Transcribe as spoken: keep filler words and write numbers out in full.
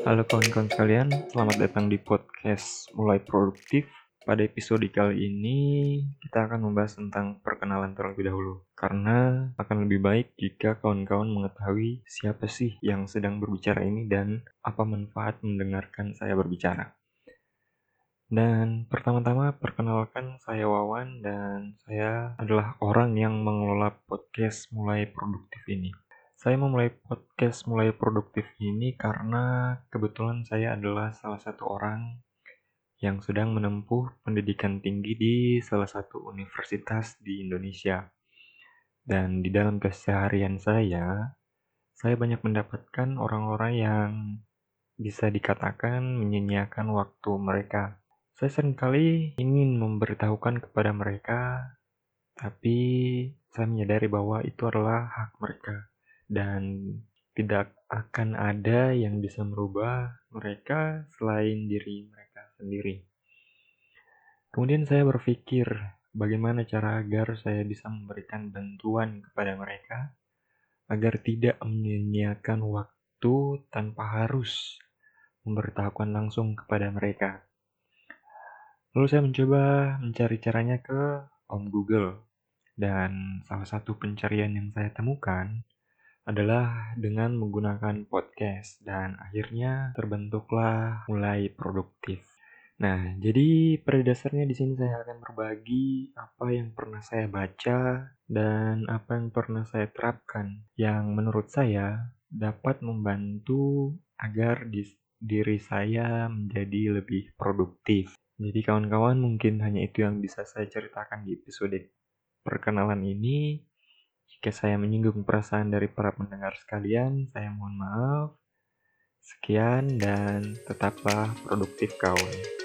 Halo kawan-kawan sekalian, selamat datang di podcast Mulai Produktif. Pada episode kali ini, kita akan membahas tentang perkenalan terlebih dahulu. Karena akan lebih baik jika kawan-kawan mengetahui siapa sih yang sedang berbicara ini dan apa manfaat mendengarkan saya berbicara. Dan pertama-tama perkenalkan saya Wawan dan saya adalah orang yang mengelola podcast Mulai Produktif ini. Saya memulai podcast Mulai Produktif ini karena kebetulan saya adalah salah satu orang yang sedang menempuh pendidikan tinggi di salah satu universitas di Indonesia. Dan di dalam keseharian saya, saya banyak mendapatkan orang-orang yang bisa dikatakan menyia-nyiakan waktu mereka. Saya seringkali ingin memberitahukan kepada mereka, tapi saya menyadari bahwa itu adalah hak mereka. Dan tidak akan ada yang bisa merubah mereka selain diri mereka sendiri. Kemudian saya berpikir bagaimana cara agar saya bisa memberikan bantuan kepada mereka agar tidak menyia-nyiakan waktu tanpa harus memberitahukan langsung kepada mereka. Lalu saya mencoba mencari caranya ke Om Google, dan salah satu pencarian yang saya temukan adalah dengan menggunakan podcast, dan akhirnya terbentuklah Mulai Produktif. Nah, jadi pada dasarnya di sini saya akan berbagi apa yang pernah saya baca dan apa yang pernah saya terapkan yang menurut saya dapat membantu agar diri saya menjadi lebih produktif. Jadi kawan-kawan, mungkin hanya itu yang bisa saya ceritakan di episode perkenalan ini. Jika saya menyinggung perasaan dari para pendengar sekalian, saya mohon maaf. Sekian dan tetaplah produktif kawan.